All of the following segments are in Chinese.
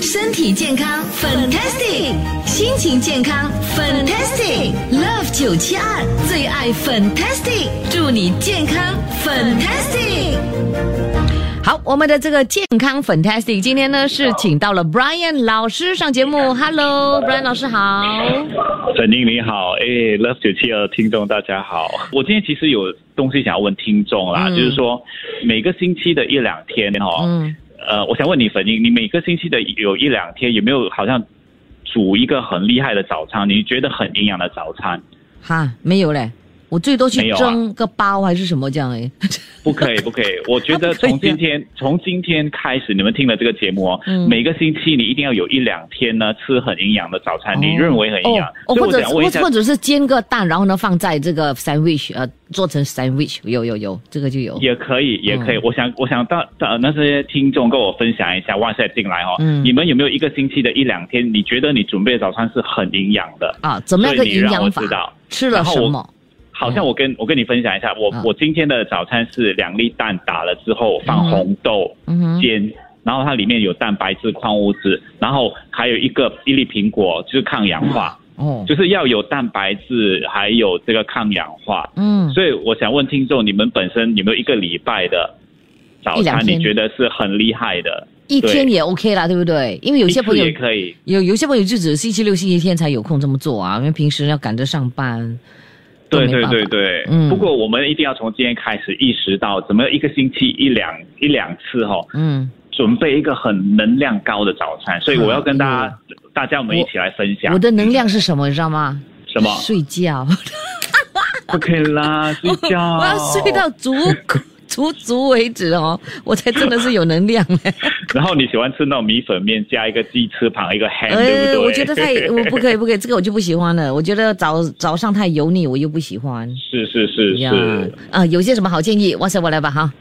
身体健康 Fantastic， 心情健康 Fantastic， Love 972最爱 Fantastic， 祝你健康 Fantastic。好，我们的这个健康 Fantastic 今天呢是请到了 Brian 老师上节目。Hello Brian 老师好。 沈宁你好，Love 972听众大家好。我今天其实有东西想要问听众啦，就是说每个星期的一两天我想问你粉英，你每个星期的有一两天有没有好像煮一个很厉害的早餐，你觉得很营养的早餐？ 哈，没有嘞。我最多去蒸个包还是什么这样不可以，我觉得从今天开始，你们听了这个节目每个星期你一定要有一两天呢吃很营养的早餐，你认为很营养。 或者是煎个蛋，然后呢放在这个 sandwich 做成 sandwich， 有这个就有。也可以。我想到那些听众跟我分享一下 WhatsApp 进来你们有没有一个星期的一两天，你觉得你准备的早餐是很营养的啊？怎么样个营养法？吃了什么？ 好像我跟你分享一下，我今天的早餐是2粒蛋打了之后放红豆煎，然后它里面有蛋白质、矿物质，然后还有一粒苹果，就是抗氧化。就是要有蛋白质，还有这个抗氧化。所以我想问听众，你们本身有没有一个礼拜的早餐你觉得是很厉害的？ 一天也 OK 啦，对不对？因为有些朋友也可以， 有些朋友就只是星期六、星期天才有空这么做啊，因为平时要赶着上班。 对，不过我们一定要从今天开始意识到，怎么一个星期一两次准备一个很能量高的早餐。所以我要跟大家我们一起来分享。 我的能量是什么，你知道吗？ 什么？ 睡觉。 不可以啦，睡觉。 我要睡到足为止我才真的是有能量。 然后你喜欢吃那种米粉面加一个鸡翅膀一个 ham， 对不对？ 我觉得我不可以，这个我就不喜欢了。我觉得早上太油腻，我又不喜欢。 是有些什么好建议 WhatsApp 我来吧哈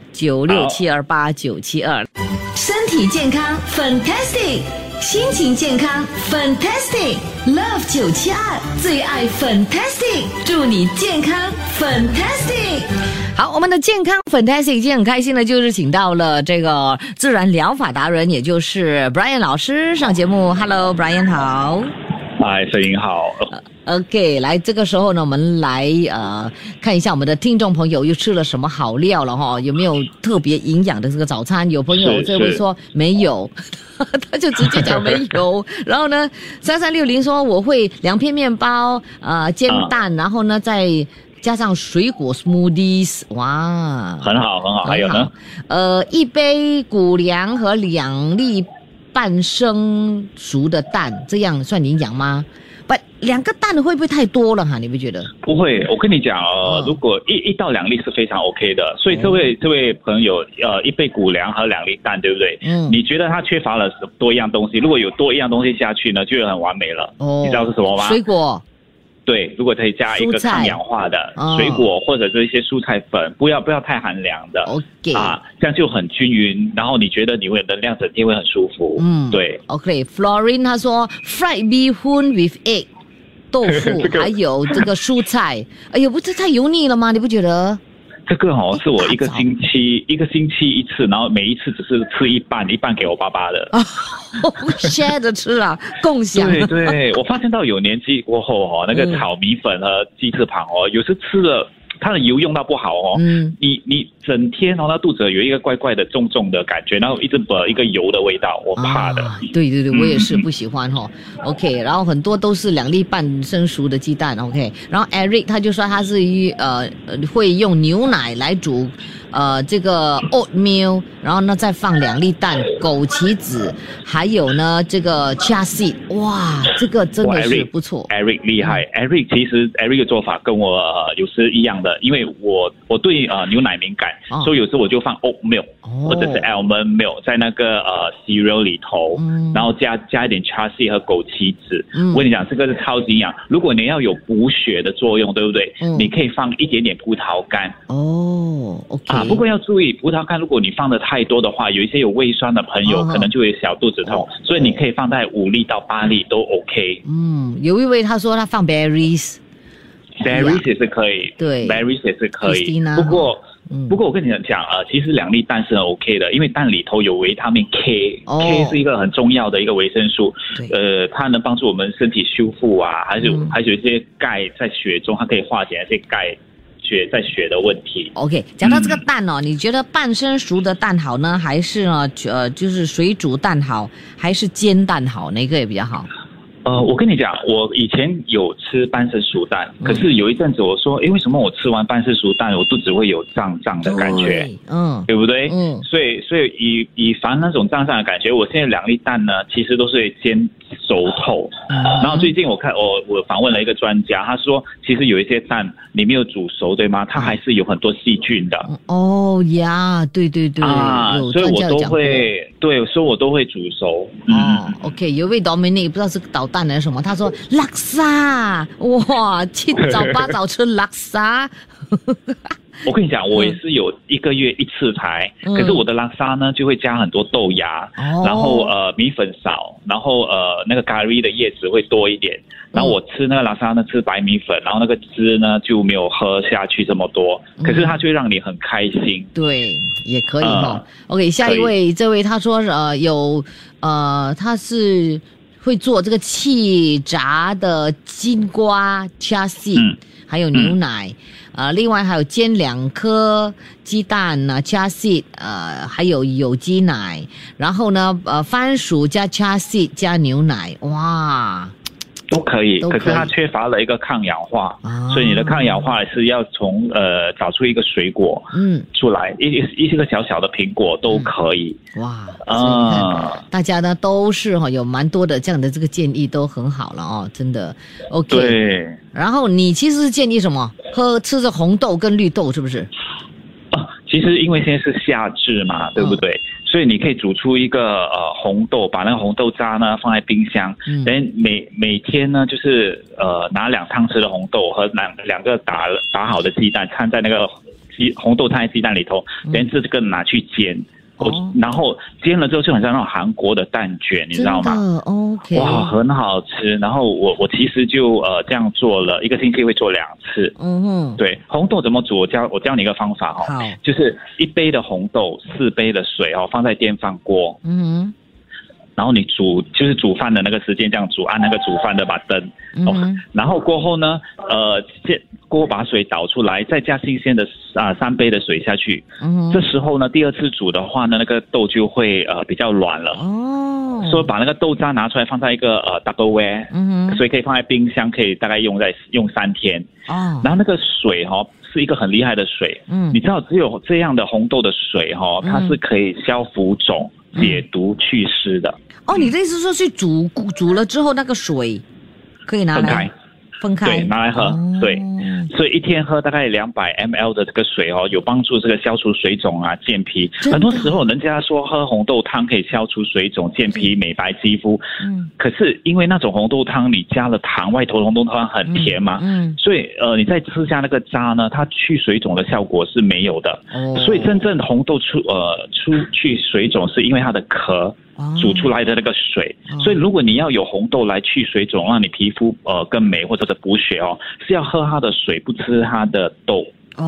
，967288972。身体健康 Fantastic， 心情健康 Fantastic， Love 972最爱 Fantastic， 祝你健康 Fantastic。好，我们的健康 Fantastic 今天很开心的就是请到了这个自然疗法达人，也就是 Brian 老师上节目。Hello Brian 好。 嗨，摄影好。 OK， 来这个时候呢，我们来看一下我们的听众朋友又吃了什么好料了有没有特别营养的这个早餐？有朋友这位说没有，他就直接讲没有。然后呢，3360说我会2片面包，煎蛋，然后呢再加上水果 smoothies， 哇， 很好。还有呢 ，1杯谷粮和2粒半生熟的蛋，这样算营养吗？2个蛋会不会太多了你不觉得？不会， 我跟你讲如果1到2粒是非常 OK 的。所以这位朋友1杯谷粮和2粒蛋，对不对？你觉得他缺乏了多一样东西？如果有多一样东西下去呢，就很完美了。你知道是什么吗？ 水果。 对，如果可以加一个抗氧化的水果或者是一些蔬菜粉，不要太寒凉的 ，OK 这样就很均匀，然后你觉得你会能量整天会很舒服。对 ，OK。Florine 他说 fried beef with egg 豆腐还有这个蔬菜，哎呦，不是太油腻了吗？你不觉得？ 这个是我一个星期一次，然后每一次只是吃一半给我爸爸的。 share 着吃啊，共享。 对，我发现到有年纪过后那个炒米粉和鸡翅膀有时吃了它的油用到不好你整天那肚子有一个怪怪的重的感觉，然后一直一个油的味道，我怕的。 对，我也是不喜欢OK， 然后很多都是2粒半生熟的鸡蛋 OK， 然后 Eric 他就说他是会用牛奶来煮这个 oatmeal， 然后呢再放2粒蛋、枸杞子，还有呢这个 chia seed， 哇，这个真的是不错。 Eric 厉害，Eric 其实 Eric 的做法跟我有时一样的，因为我对牛奶敏感，所以有时我就放 oat milk或者是 almond milk 在那个cereal 里头，然后加一点 chia seed 和枸杞子。我跟你讲，这个是超级营养。如果你要有补血的作用，对不对？你可以放一点点葡萄干。 OK。 不过要注意，葡萄干如果你放的太多的话，有一些有胃酸的朋友可能就会小肚子痛，所以你可以放在5粒到8粒都 OK。 有一位他说他放 berries 也是可以，对 berries 也是可以。不过不过我跟你讲其实2粒蛋是很 OK 的，因为蛋里头有维他命 K，K 是一个很重要的一个维生素，它能帮助我们身体修复啊，还有一些钙在血中，它可以化解那些钙在血的问题。 OK， 讲到这个蛋哦，你觉得半生熟的蛋好呢，还是就是水煮蛋好，还是煎蛋好？哪个也比较好？ 我跟你讲，我以前有吃半生熟蛋，可是有一阵子我说，为什么我吃完半生熟蛋，我肚子会有胀胀的感觉？对不对？所以以防那种胀胀的感觉，我现在2粒蛋呢，其实都是煎熟透。然后最近我访问了一个专家，他说，其实有一些蛋你没有煮熟，对吗？它还是有很多细菌的。 哦呀，对所以我都会煮熟。 OK， 有一位 Dominic 不知道是捣蛋还是什么，他说拉沙，哇，七早八早吃拉沙。 我跟你讲，我也是有1个月1次才，可是我的拉沙呢就会加很多豆芽，然后米粉少，然后那个咖喱的叶子会多一点，然后我吃那个拉沙呢吃白米粉，然后那个汁呢就没有喝下去这么多，可是它就会让你很开心。 对，也可以OK， 下一位，这位他说他是会做这个气炸的金瓜 chia seed，还有牛奶。另外还有煎2颗鸡蛋呢 chia seed， 还有有机奶，然后呢番薯加 chia seed 加牛奶，哇， 都可以，可是它缺乏了一个抗氧化，所以你的抗氧化是要从找出一个水果出来，一个小小的苹果都可以。 哇，大家呢都是有蛮多的这样的这个建议，都很好了真的 OK。 对， 然后你其实是建议什么？吃着红豆跟绿豆是不是？ 其实因为现在是夏至嘛，对不对？所以你可以煮出一个红豆，把那个红豆渣呢放在冰箱，每天呢就是拿2汤匙的红豆和两个打好的鸡蛋掺在那个红豆掺在鸡蛋里头，这个拿去煎。然后煎了之后就很像那种韩国的蛋卷，你知道吗？ OK， 哇，很好吃。然后我其实就这样做了1个星期，会做2次。对，红豆怎么煮？我教你一个方法就是1杯的红豆，4杯的水放在电饭锅。然后你就是煮饭的那个时间这样煮，按那个煮饭的把灯。然后过后呢，把水倒出来，再加新鲜的3杯的水下去。这时候呢，第2次煮的话呢，那个豆就会比较软了。所以把那个豆渣拿出来放在一个Tupperware，所以可以放在冰箱，可以大概用3天。然后那个水是一个很厉害的水。你知道只有这样的红豆的水它是可以消浮肿、解毒、祛湿的。 你的意思说去煮了之后，那个水可以拿来分开， 对，拿来喝。对，所以1天喝大概200 ml 的这个水有帮助这个消除水肿啊、健脾。很多时候人家说喝红豆汤可以消除水肿、健脾、美白肌肤。可是因为那种红豆汤你加了糖，外头红豆汤很甜嘛，所以你再吃下那个渣呢，它去水肿的效果是没有的。所以真正红豆去水肿是因为它的壳煮出来的那个水。所以如果你要有红豆来去水肿，让你皮肤更美或者是补血是要喝它的水，不吃它的豆。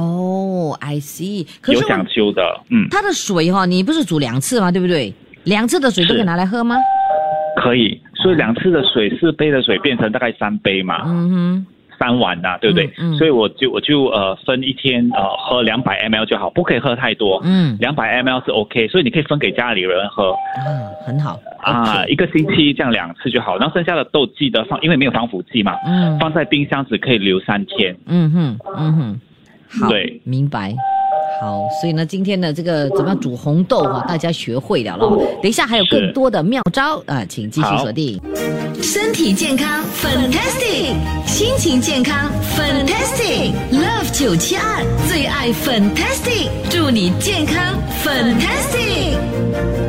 I see。可是有讲究的。 它的水你不是煮2次吗？对不对？2次的水都可以拿来喝吗？ 可以，所以2次的水，4杯的水变成大概3杯嘛。3碗啊，对不对？所以我就分1天喝200 ml 就好，不可以喝太多。200 ml 是 OK， 所以你可以分给家里人喝。 很好。 1个星期这样2次就好，然后剩下的豆记得放，因为没有防腐剂嘛，放在冰箱只可以留3天。 好， 对， 明白。好，所以呢，今天的这个怎么样煮红豆大家学会了咯。等一下还有更多的妙招请继续锁定。 身体健康 Fantastic， 心情健康 Fantastic， Love 972最爱 Fantastic， 祝你健康 Fantastic。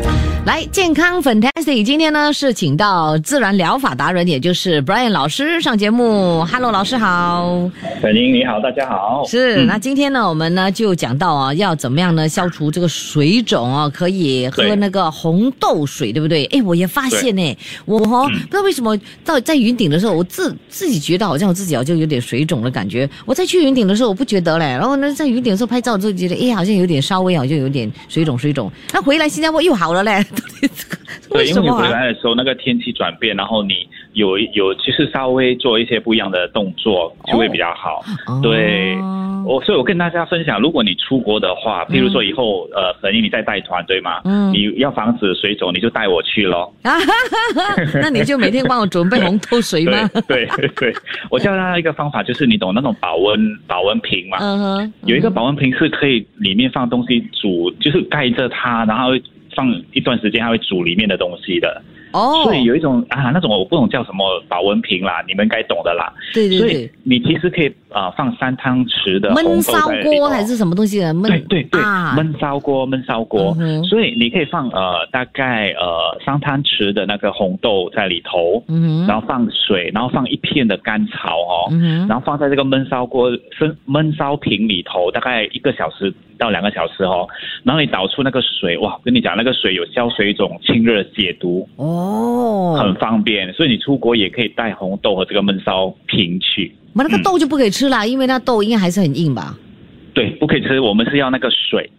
来，健康 Fantastic， 今天呢是请到自然疗法达人，也就是 Brian 老师上节目。Hello， 老师好。 本英你好，大家好。 是，那今天呢，我们呢就讲到要怎么样呢消除这个水肿可以喝那个红豆水，对不对？我也发现我不知道为什么在云顶的时候，我自己觉得好像我自己就有点水肿的感觉。我在去云顶的时候我不觉得嘞，然后呢在云顶的时候拍照就觉得好像有点稍微好像有点水肿。那回来新加坡又好了嘞。 对，因为你回来的时候那个天气转变，然后你有就是稍微做一些不一样的动作就会比较好。对，所以我跟大家分享，如果你出国的话，譬如说以后本英你在带团对吗？你要防止水肿，你就带我去咯。 那你就每天帮我准备红豆水吗？ 对，我教大家一个方法，就是你懂那种保温瓶吗？有一个保温瓶是可以里面放东西煮，就是盖着它，然后放一段时间它会煮里面的东西的。所以有一种那种我不懂叫什么保温瓶啦，你们应该懂的啦。对，所以你其实可以放3汤匙的红豆在里头。焖烧锅还是什么东西的？对，焖烧锅。所以你可以放大概3汤匙的那个红豆在里头，然后放水，然后放1片的甘草然后放在这个焖烧瓶里头，大概1个小时到2个小时然后你倒出那个水，哇，我跟你讲，那个水有消水肿、清热解毒。很方便，所以你出国也可以带红豆和这个焖烧瓶去。 那个豆就不可以吃啦，因为那豆应该还是很硬吧？ 对，不可以吃，我们是要那个水。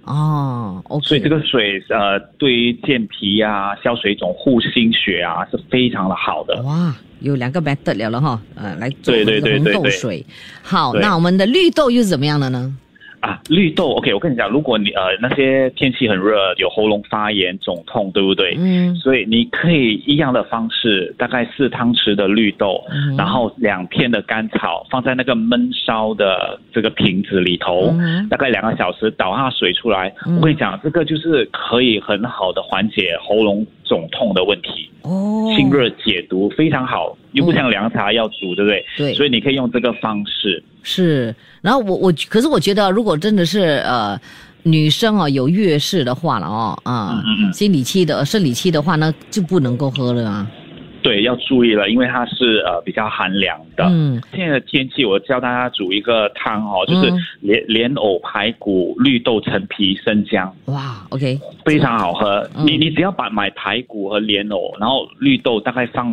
OK。 所以这个水对于健脾消水肿、护心血是非常的好的。 哇，有2个 method 了哈，来做红豆水。好，那我们的绿豆又是怎么样的呢？ 绿豆 OK， 我跟你讲，如果你那些天气很热，有喉咙发炎、肿痛，对不对？所以你可以一样的方式，大概4汤匙的绿豆，然后2片的甘草，放在那个焖烧的这个瓶子里头，大概2个小时，倒下水出来。我跟你讲，这个就是可以很好的缓解喉咙肿痛的问题。清热解毒非常好，又不像凉茶要煮，对不对？对，所以你可以用这个方式。是， 然后可是我觉得，如果真的是女生有月事的话了生理期的话呢，就不能够喝了啊。 对，要注意了，因为它是比较寒凉的。现在的天气，我教大家煮一个汤就是莲藕排骨、绿豆、陈皮、生姜。哇 ，OK， 非常好喝。你只要买排骨和莲藕，然后绿豆放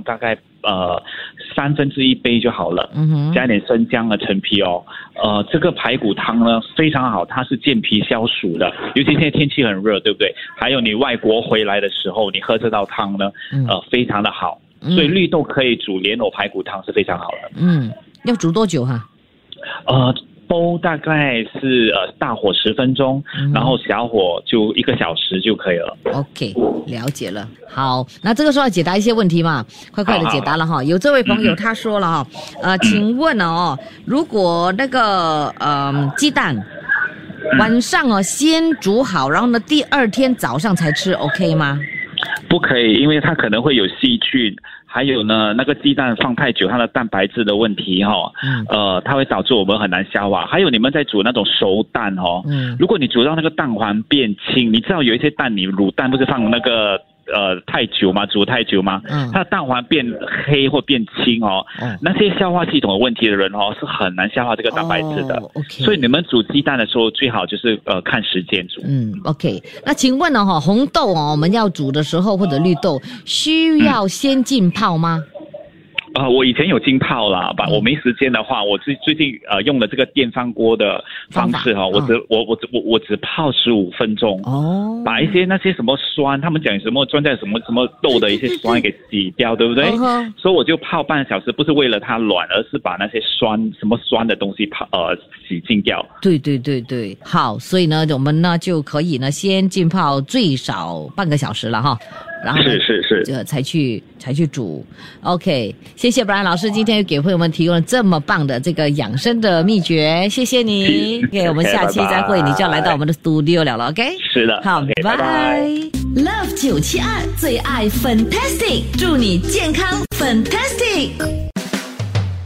1/3杯就好了。加一点生姜和陈皮这个排骨汤呢非常好，它是健脾消暑的，尤其现在天气很热，对不对？还有你外国回来的时候，你喝这道汤呢，非常的好。所以绿豆可以煮莲藕排骨汤是非常好的。 要煮多久哈？ 煲大概是大火10分钟，然后小火就1个小时就可以了。 OK， 了解了。好，那这个时候要解答一些问题嘛，快的解答了哈。有这位朋友他说了请问如果那个鸡蛋晚上先煮好，然后呢第2天早上才吃 OK 吗？ 不可以，因为它可能会有细菌，还有呢，那个鸡蛋放太久，它的蛋白质的问题它会导致我们很难消化。还有你们在煮那种熟蛋如果你煮到那个蛋黄变青，你知道有一些蛋你卤蛋不是放那个太久吗？煮太久吗？它的蛋黄变黑或变青那些消化系统有问题的人是很难消化这个蛋白质的。OK， 所以你们煮鸡蛋的时候最好就是看时间煮。 OK， 那请问红豆我们要煮的时候或者绿豆需要先浸泡吗？ 我以前有浸泡啦，我没时间的话，我最近用了这个电饭锅的方式我只泡15分钟把一些那些什么酸，他们讲什么装在什么豆的一些酸给洗掉，对不对？所以我就泡半个小时，不是为了它软，而是把那些什么酸的东西洗净掉。 对，好，所以呢我们呢就可以呢先浸泡最少半个小时了哈。然后是才去煮。 OK， 谢谢 Brian 老师今天给朋友们提供了这么棒的这个养生的秘诀，谢谢你。 OK， 我们下期再会，你就要来到我们的 studio 了 OK， 是的， 好，拜拜。 Love 972最爱 Fantastic， 祝你健康 Fantastic。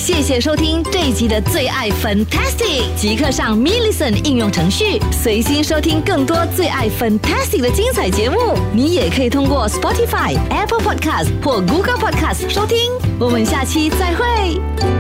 谢谢收听这一集的最爱 Fantastic， 即刻上 MeListen 应用程序，随心收听更多最爱 Fantastic 的精彩节目。你也可以通过 Spotify、Apple Podcast 或 Google Podcast 收听。我们下期再会。